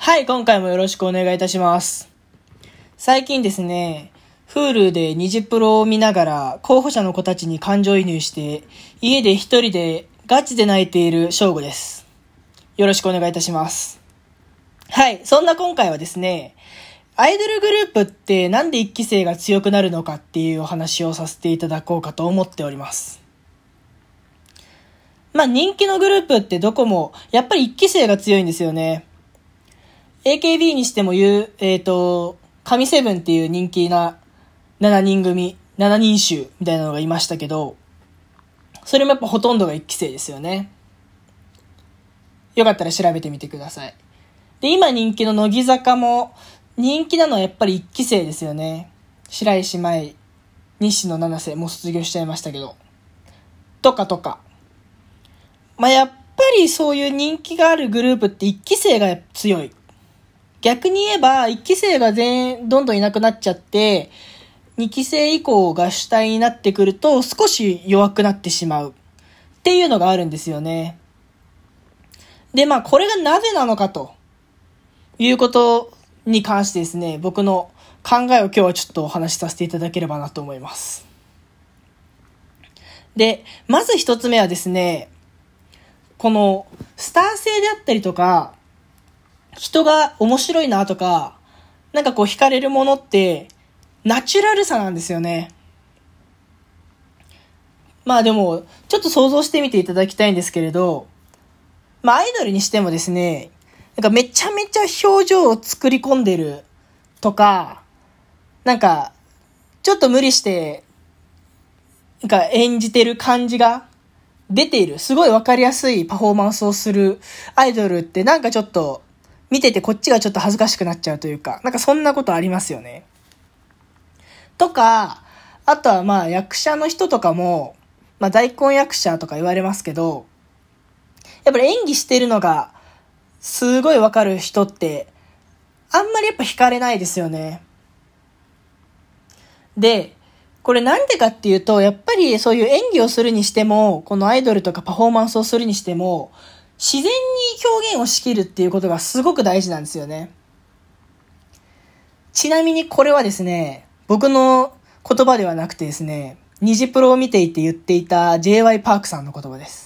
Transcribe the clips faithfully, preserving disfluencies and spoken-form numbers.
はい、今回もよろしくお願いいたします。最近ですね、Hulu でニジプロを見ながら候補者の子たちに感情移入して家で一人でガチで泣いている翔吾です。よろしくお願いいたします。はい、そんな今回はですね、アイドルグループってなんで一期生が強くなるのかっていうお話をさせていただこうかと思っております。まあ人気のグループってどこもやっぱり一期生が強いんですよね。エーケービー にしても言う、えっと、神セブンっていう人気なしちにん組、しちにん衆みたいなのがいましたけど、それもやっぱほとんどが一期生ですよね。よかったら調べてみてください。で、今人気の乃木坂も人気なのはやっぱり一期生ですよね。白石麻衣、西野七瀬、もう卒業しちゃいましたけど。とかとか。まあ、やっぱりそういう人気があるグループって一期生が強い。逆に言えば、一期生が全、どんどんいなくなっちゃって、二期生以降が主体になってくると少し弱くなってしまうっていうのがあるんですよね。で、まあこれがなぜなのかということに関してですね、僕の考えを今日はちょっとお話しさせていただければなと思います。で、まず一つ目はですね、このスター性であったりとか、人が面白いなとか、なんかこう惹かれるものって、ナチュラルさなんですよね。まあでも、ちょっと想像してみていただきたいんですけれど、まあアイドルにしてもですね、なんかめちゃめちゃ表情を作り込んでるとか、なんか、ちょっと無理して、なんか演じてる感じが出ている。すごいわかりやすいパフォーマンスをするアイドルってなんかちょっと、見ててこっちがちょっと恥ずかしくなっちゃうというか、なんかそんなことありますよね。とか、あとはまあ役者の人とかも、まあ大根役者とか言われますけど、やっぱり演技してるのがすごいわかる人って、あんまりやっぱ惹かれないですよね。で、これなんでかっていうと、やっぱりそういう演技をするにしても、このアイドルとかパフォーマンスをするにしても、自然に表現をしきるっていうことがすごく大事なんですよね。ちなみにこれはですね、僕の言葉ではなくてですね、ニジプロを見ていて言っていた ジェイワイ パークさんの言葉です。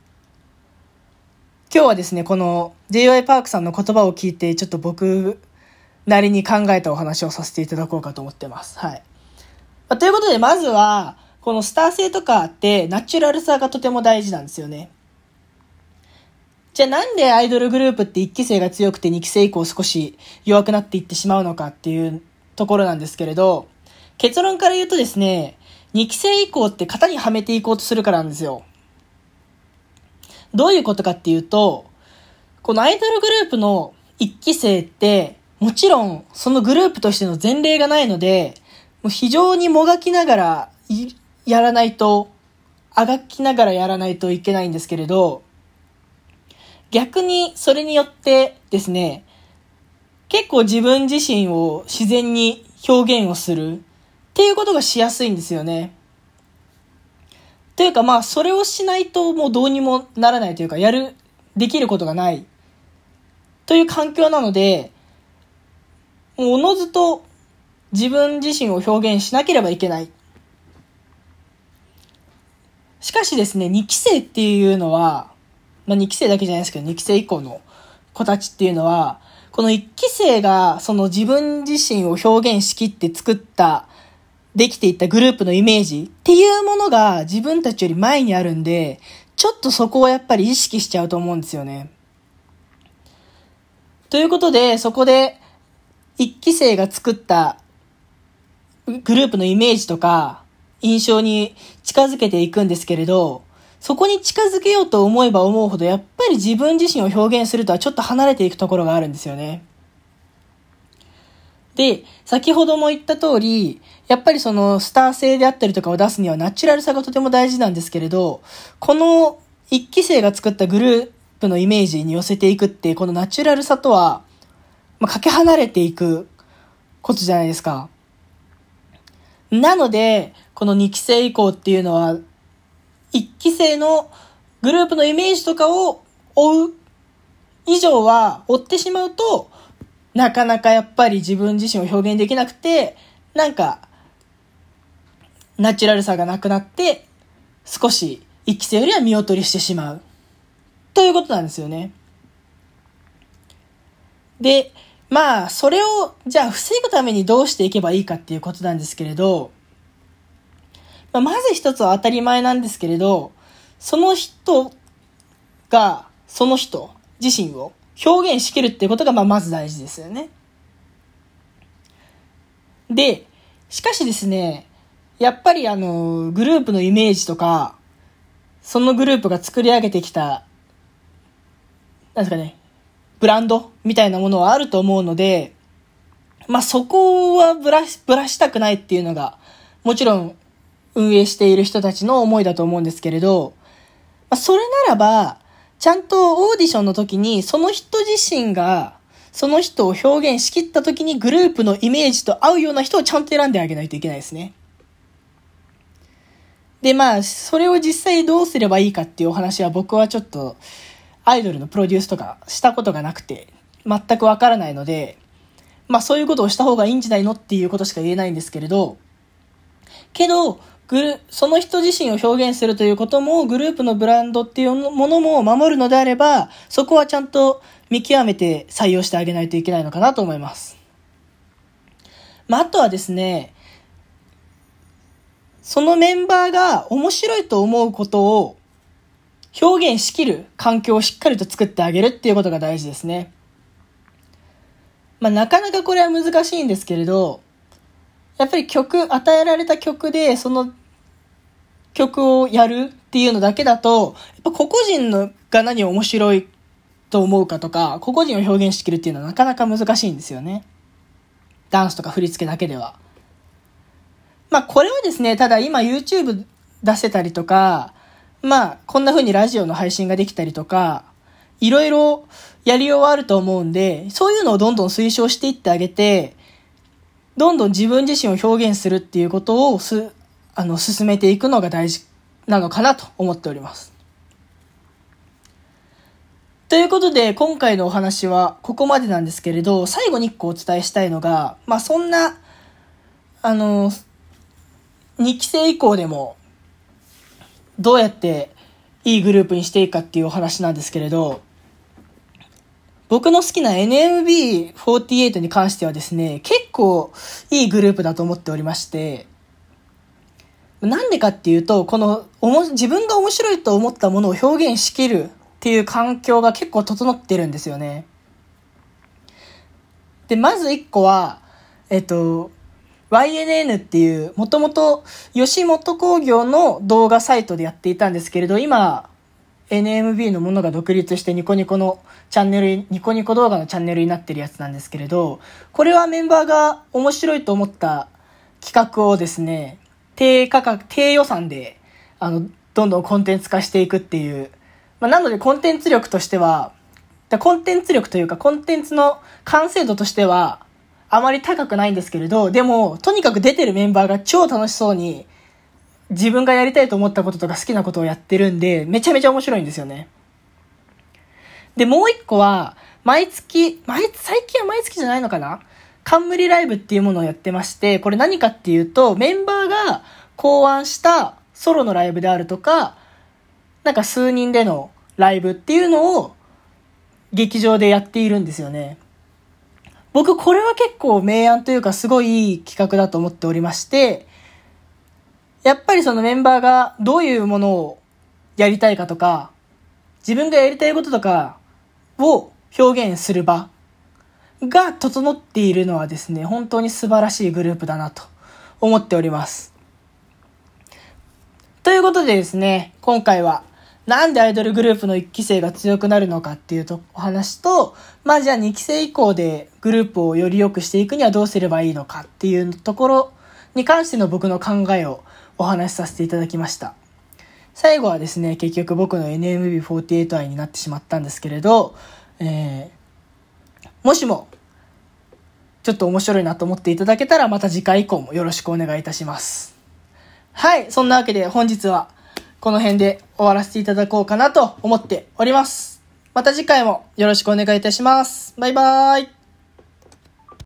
今日はですね、この ジェイワイ パークさんの言葉を聞いて、ちょっと僕なりに考えたお話をさせていただこうかと思ってます。はい。まあ、ということで、まずは、このスター性とかってナチュラルさがとても大事なんですよね。じゃあなんでアイドルグループって一期生が強くて二期生以降少し弱くなっていってしまうのかっていうところなんですけれど、結論から言うとですね、二期生以降って型にはめていこうとするからなんですよ。どういうことかっていうと、このアイドルグループの一期生ってもちろんそのグループとしての前例がないので、もう非常にもがきながらやらないと、あがきながらやらないといけないんですけれど、逆にそれによってですね、結構自分自身を自然に表現をするっていうことがしやすいんですよね。というかまあそれをしないともうどうにもならないというか、やる、できることがないという環境なので、もうおのずと自分自身を表現しなければいけない。しかしですね、二期生っていうのは、まあ二期生だけじゃないですけど、二期生以降の子たちっていうのは、この一期生がその自分自身を表現しきって作った、できていったグループのイメージっていうものが自分たちより前にあるんで、ちょっとそこをやっぱり意識しちゃうと思うんですよね。ということで、そこで一期生が作ったグループのイメージとか印象に近づけていくんですけれど、そこに近づけようと思えば思うほど、やっぱり自分自身を表現するとはちょっと離れていくところがあるんですよね。で、先ほども言った通り、やっぱりそのスター性であったりとかを出すにはナチュラルさがとても大事なんですけれど、この一期生が作ったグループのイメージに寄せていくって、このナチュラルさとは、まあ、かけ離れていくことじゃないですか。なので、この二期生以降っていうのは、一期生のグループのイメージとかを追う以上は追ってしまうと、なかなかやっぱり自分自身を表現できなくて、なんか、ナチュラルさがなくなって、少し一期生よりは見劣りしてしまう。ということなんですよね。で、まあ、それを、じゃあ防ぐためにどうしていけばいいかっていうことなんですけれど、まあ、まず一つは当たり前なんですけれど、その人が、その人自身を表現しきるっていうことが、まあ、まず大事ですよね。で、しかしですね、やっぱりあの、グループのイメージとか、そのグループが作り上げてきた、なんですかね、ブランドみたいなものはあると思うので、まあ、そこはぶらし、ぶらしたくないっていうのが、もちろん運営している人たちの思いだと思うんですけれど、まあ、それならば、ちゃんとオーディションの時に、その人自身が、その人を表現しきった時にグループのイメージと合うような人をちゃんと選んであげないといけないですね。で、まあ、それを実際どうすればいいかっていうお話は僕はちょっと、アイドルのプロデュースとかしたことがなくて、全くわからないので、まあそういうことをした方がいいんじゃないのっていうことしか言えないんですけれど、けど、グルその人自身を表現するということも、グループのブランドっていうものも守るのであれば、そこはちゃんと見極めて採用してあげないといけないのかなと思います。まああとはですね、そのメンバーが面白いと思うことを表現しきる環境をしっかりと作ってあげるっていうことが大事ですね。まあなかなかこれは難しいんですけれど、やっぱり曲、与えられた曲でその曲をやるっていうのだけだと、やっぱ個々人のが何を面白いと思うかとか、個々人を表現しきるっていうのはなかなか難しいんですよね。ダンスとか振り付けだけでは。まあこれはですね、ただ今 YouTube 出せたりとか、まあこんな風にラジオの配信ができたりとか、いろいろやりようはあると思うんで、そういうのをどんどん推奨していってあげて、どんどん自分自身を表現するっていうことをす、あの、進めていくのが大事なのかなと思っております。ということで、今回のお話はここまでなんですけれど、最後に一個お伝えしたいのが、まあそんな、あの、にき生以降でも、どうやっていいグループにしていいかっていうお話なんですけれど、僕の好きな エヌエムビーフォーティーエイト に関してはですね、結構いいグループだと思っておりまして、なんでかっていうと、このおも自分が面白いと思ったものを表現しきるっていう環境が結構整ってるんですよね。で、まず一個は、えっと、ワイエヌエヌ っていう、もともと吉本興業の動画サイトでやっていたんですけれど、今、エヌエムビー のものが独立してニコニコのチャンネル、ニコニコ動画のチャンネルになってるやつなんですけれど、これはメンバーが面白いと思った企画をですね、低価格、低予算で、あの、どんどんコンテンツ化していくっていう。まあ、なのでコンテンツ力としては、コンテンツ力というかコンテンツの完成度としては、あまり高くないんですけれど、でも、とにかく出てるメンバーが超楽しそうに、自分がやりたいと思ったこととか好きなことをやってるんで、めちゃめちゃ面白いんですよね。で、もう一個は、毎月、毎、最近は毎月じゃないのかな?冠ライブっていうものをやってまして、これ何かっていうと、メンバーが考案したソロのライブであるとか、なんか数人でのライブっていうのを劇場でやっているんですよね。僕これは結構明暗というかすごいいい企画だと思っておりまして、やっぱりそのメンバーがどういうものをやりたいかとか、自分がやりたいこととかを表現する場が整っているのはですね、本当に素晴らしいグループだなと思っております。ということでですね、今回はなんでアイドルグループのいっき生が強くなるのかっていうとお話と、まあじゃあにき生以降でグループをより良くしていくにはどうすればいいのかっていうところに関しての僕の考えをお話しさせていただきました。最後はですね、結局僕の エヌエムビーフォーティーエイト 愛になってしまったんですけれど、えー、もしもちょっと面白いなと思っていただけたら、また次回以降もよろしくお願いいたします。はい、そんなわけで本日はこの辺で終わらせていただこうかなと思っております。 また次回もよろしくお願いいたします。バイバーイ。